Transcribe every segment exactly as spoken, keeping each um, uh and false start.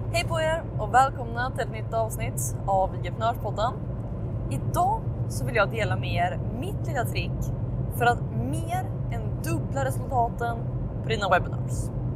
Hej på er och välkomna till ett nytt avsnitt av Vigeprenörspodden. Idag så vill jag dela med er mitt lilla trick för att mer än dubbla resultaten på dina webinars.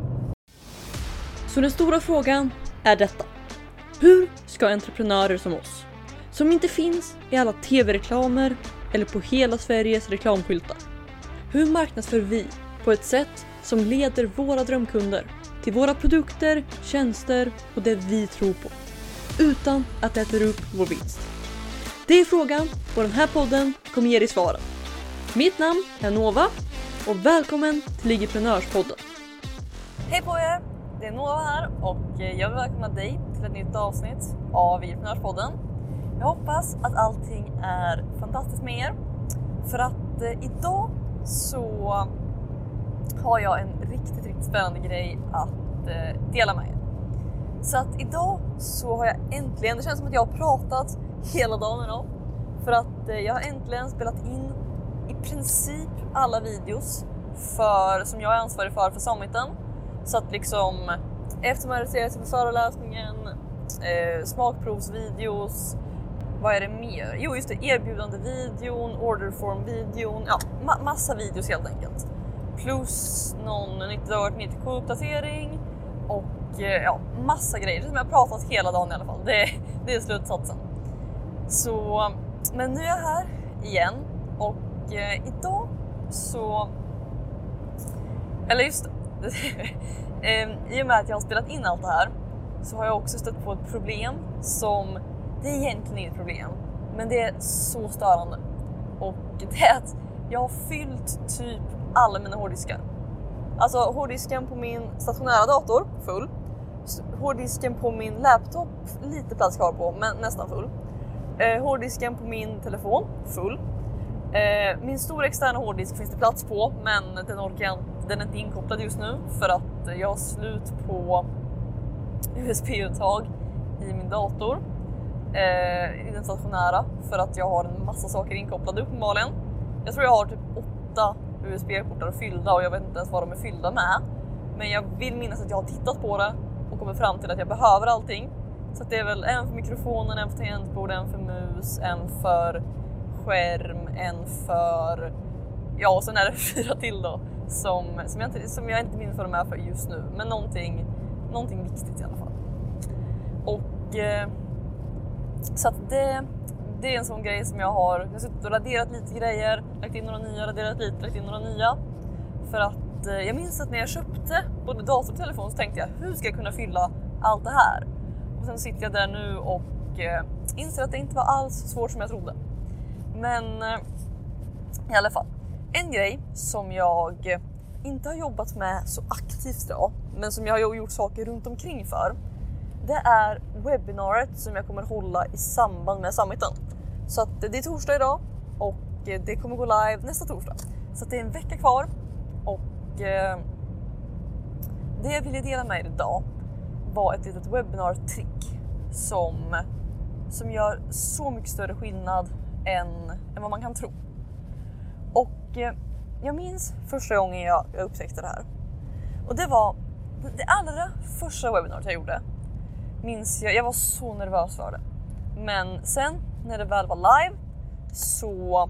Så den stora frågan är detta. Hur ska entreprenörer som oss, som inte finns i alla tv-reklamer eller på hela Sveriges reklamskyltar, hur marknadsför vi på ett sätt som leder våra drömkunder till våra produkter, tjänster och det vi tror på, utan att det äter upp vår vinst? Det är frågan och den här podden kommer ge dig svaren. Mitt namn är Nova och välkommen till Vigeprenörspodden. Hej på er, det är Nova här och jag vill välkomna dig till ett nytt avsnitt av Vigeprenörspodden. Jag hoppas att allting är fantastiskt med er, för att eh, idag så har jag en riktigt, riktigt spännande grej att eh, dela med er. Så att idag så har jag äntligen, det känns som att jag har pratat hela dagen idag, för att eh, jag har äntligen spelat in i princip alla videos för, som jag är ansvarig för för Summiten. Så att liksom eftermariserar sig för föreläsningen, eh, smakprovsvideos, vad är det mer? Jo just det, erbjudande videon, orderform videon, ja ma- massa videos helt enkelt. Plus någon nittio nittio K-uppdatering och ja, massa grejer som jag har pratat hela dagen i alla fall. Det, det är slutsatsen. Så, men nu är jag här igen och eh, idag så, eller just det, eh, i och med att jag har spelat in allt det här så har jag också stött på ett problem som, det är egentligen inget problem, men det är så störande. Och det är att jag har fyllt typ alla mina hårddiskar. Alltså hårddisken på min stationära dator full. Hårddisken på min laptop lite plats kvar på, men nästan full. Eh, hårddisken på min telefon full. Eh, min stora externa hårddisk finns det plats på, men den orkar jag, den är inte inkopplad just nu för att jag har slut på U S B-uttag i min dator. Eh, I den stationära, för att jag har en massa saker inkopplade uppenbarligen. Jag tror jag har typ åtta U S B-portar fyllda och jag vet inte ens vad de är fyllda med. Men jag vill minnas att jag har tittat på det och kommit fram till att jag behöver allting. Så att det är väl en för mikrofonen, en för tangentbord, en för mus, en för skärm, en för... Ja, och sen är det fyra till då som, som, jag, inte, som jag inte minns vad de är för just nu. Men någonting, någonting viktigt i alla fall. Och eh, så att det... Det är en sån grej som jag har, jag har suttit och raderat lite grejer, lagt in några nya, raderat lite, lagt in några nya. För att eh, jag minns att när jag köpte både dator och telefon så tänkte jag, hur ska jag kunna fylla allt det här? Och sen sitter jag där nu och eh, inser att det inte var alls så svårt som jag trodde. Men eh, i alla fall, en grej som jag inte har jobbat med så aktivt då, men som jag har gjort saker runt omkring för, det är webbinariet som jag kommer hålla i samband med Summiten. Så att det är torsdag idag och det kommer gå live nästa torsdag. Så att det är en vecka kvar och eh, det jag ville dela med er idag var ett litet webinar-trick som, som gör så mycket större skillnad än, än vad man kan tro. Och eh, jag minns första gången jag, jag upptäckte det här. Och det var det allra första webbinariet jag gjorde. Minns jag, jag var så nervös för det. Men sen när det väl var live så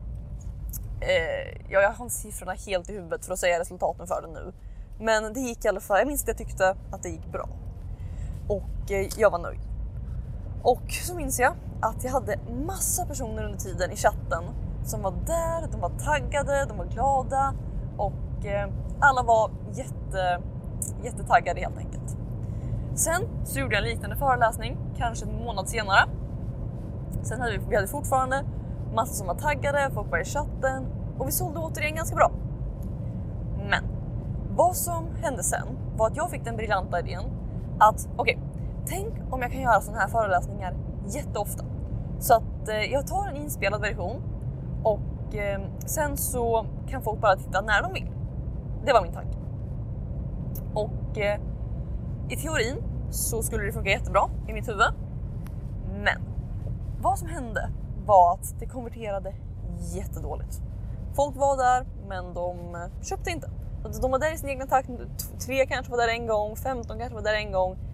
eh, ja, jag har siffrorna helt i huvudet för att säga resultaten för det nu. Men det gick i alla fall, jag minns att jag tyckte att det gick bra. Och eh, jag var nöjd. Och så minns jag att jag hade massa personer under tiden i chatten som var där, de var taggade, de var glada och eh, alla var jätte, jättetaggade helt enkelt. Sen så gjorde jag en liknande föreläsning, kanske en månad senare. Sen hade vi, vi hade fortfarande massa som var taggade, folk var i chatten och vi sålde återigen ganska bra. Men vad som hände sen var att jag fick den briljanta idén att okej, okay, tänk om jag kan göra sådana här föreläsningar jätteofta. Så att eh, jag tar en inspelad version och eh, sen så kan folk bara titta när de vill. Det var min tanke. Och eh, i teorin så skulle det funka jättebra i mitt huvud. Men vad som hände var att det konverterade jättedåligt. Folk var där men de köpte inte. De var där i sin egna takt. Tre kanske var där en gång, femton kanske var där en gång.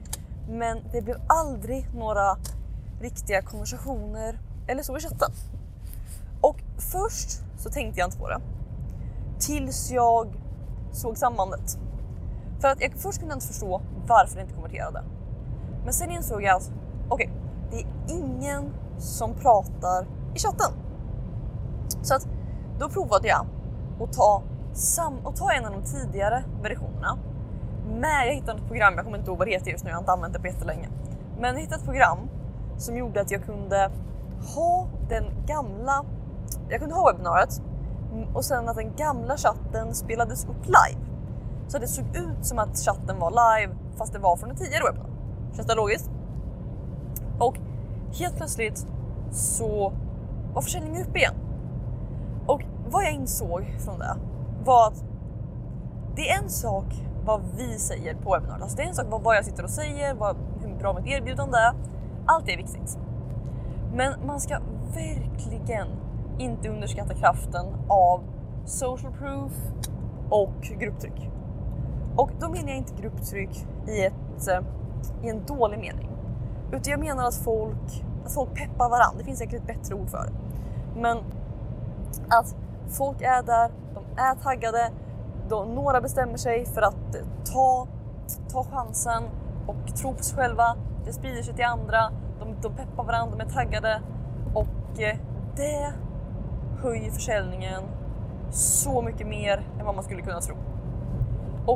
Men det blev aldrig några riktiga konversationer eller så i chatten. Och först så tänkte jag inte på det. Tills jag såg sambandet. För att jag först kunde inte förstå varför det inte konverterade. Men sen insåg jag att okej, okay, det är ingen som pratar i chatten. Så att då provade jag att ta, sam- att ta en av de tidigare versionerna. Men jag hittade ett program, jag kommer inte ihåg vad det heter just nu, jag har inte använt det på jättelänge. Men jag hittade ett program som gjorde att jag kunde ha den gamla, jag kunde ha webbinariet och sen att den gamla chatten spelades upp live. Så det såg ut som att chatten var live fast det var från en tidigare webbinar. Känns det logiskt? Och helt plötsligt så var försäljningen uppe igen. Och vad jag insåg från det var att det är en sak vad vi säger på webbinariet. Alltså det är en sak vad jag sitter och säger, vad, hur bra mitt erbjudande är. Allt är viktigt. Men man ska verkligen inte underskatta kraften av social proof och grupptryck. Och då menar jag inte grupptryck i, ett, i en dålig mening. Utan jag menar att folk, att folk peppar varandra. Det finns säkert ett bättre ord för det. Men att folk är där, de är taggade. Då några bestämmer sig för att ta, ta chansen och tro på sig själva. Det sprider sig till andra. De, de peppar varandra, de är taggade. Och det höjer försäljningen så mycket mer än vad man skulle kunna tro. Och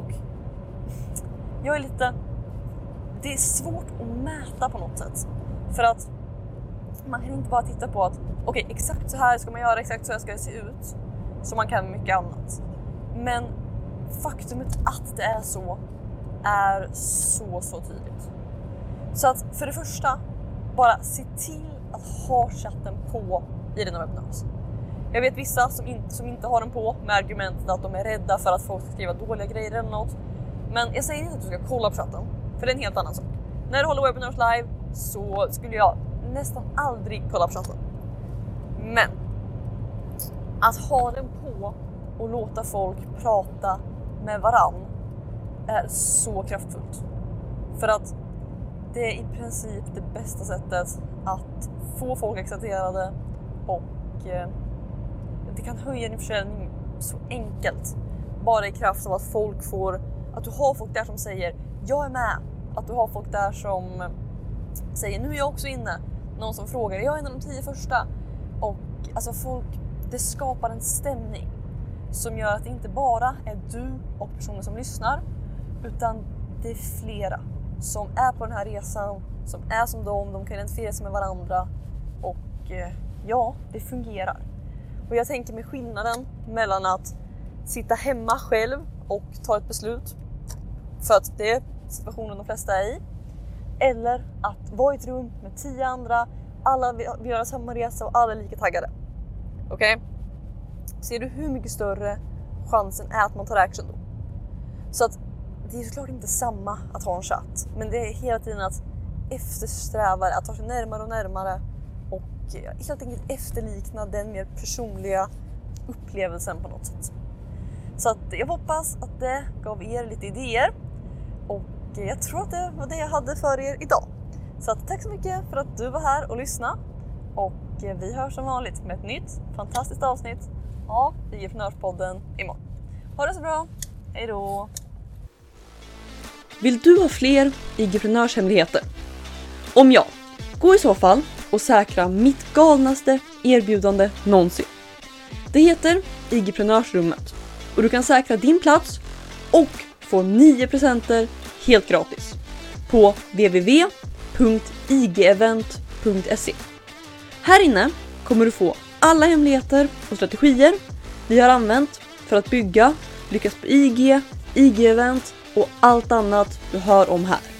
jag är lite... Det är svårt att mäta på något sätt. För att man kan inte bara titta på att okej, okay, exakt så här ska man göra, exakt så här ska det se ut. Så man kan mycket annat. Men faktumet att det är så är så, så tydligt. Så att för det första, bara se till att ha chatten på i dina webbinars. Jag vet vissa som inte, som inte har den på med argumentet att de är rädda för att folk ska skriva dåliga grejer eller något. Men jag säger inte att du ska kolla på chatten, för det är en helt annan sak. När du håller webinars live så skulle jag nästan aldrig kolla på chatten. Men att ha den på och låta folk prata med varann är så kraftfullt. För att det är i princip det bästa sättet att få folk exalterade och eh, det kan höja din försäljning så enkelt. Bara i kraft av att folk får, att du har folk där som säger jag är med. Att du har folk där som säger nu är jag också inne. Någon som frågar jag är en av de tio första. Och alltså folk, det skapar en stämning som gör att det inte bara är du och personer som lyssnar, utan det är flera som är på den här resan, som är som dem, de kan identifiera sig med varandra och ja, det fungerar. Och jag tänker med skillnaden mellan att sitta hemma själv och ta ett beslut för att det är situationen de flesta är i, eller att vara i ett rum med tio andra, alla vill göra samma resa och alla är lika taggade. Okej? Okay? Ser du hur mycket större chansen är att man tar action då? Så att det är såklart inte samma att ha en chatt, men det är hela tiden att eftersträva att ta sig närmare och närmare och helt enkelt efterlikna den mer personliga upplevelsen på något sätt. Så att jag hoppas att det gav er lite idéer och jag tror att det var det jag hade för er idag. Så att tack så mycket för att du var här och lyssnade och vi hörs som vanligt med ett nytt fantastiskt avsnitt av Igeprenörspodden imorgon. Ha det så bra, hej då! Vill du ha fler Igeprenörshemligheter? Om ja, gå i så fall och säkra mitt galnaste erbjudande någonsin. Det heter Igeprenörsrummet och du kan säkra din plats och få nio presenter helt gratis på w w w punkt i g event punkt se. Här inne kommer du få alla hemligheter och strategier vi har använt för att bygga, lyckas på I G, I G-event och allt annat du hör om här.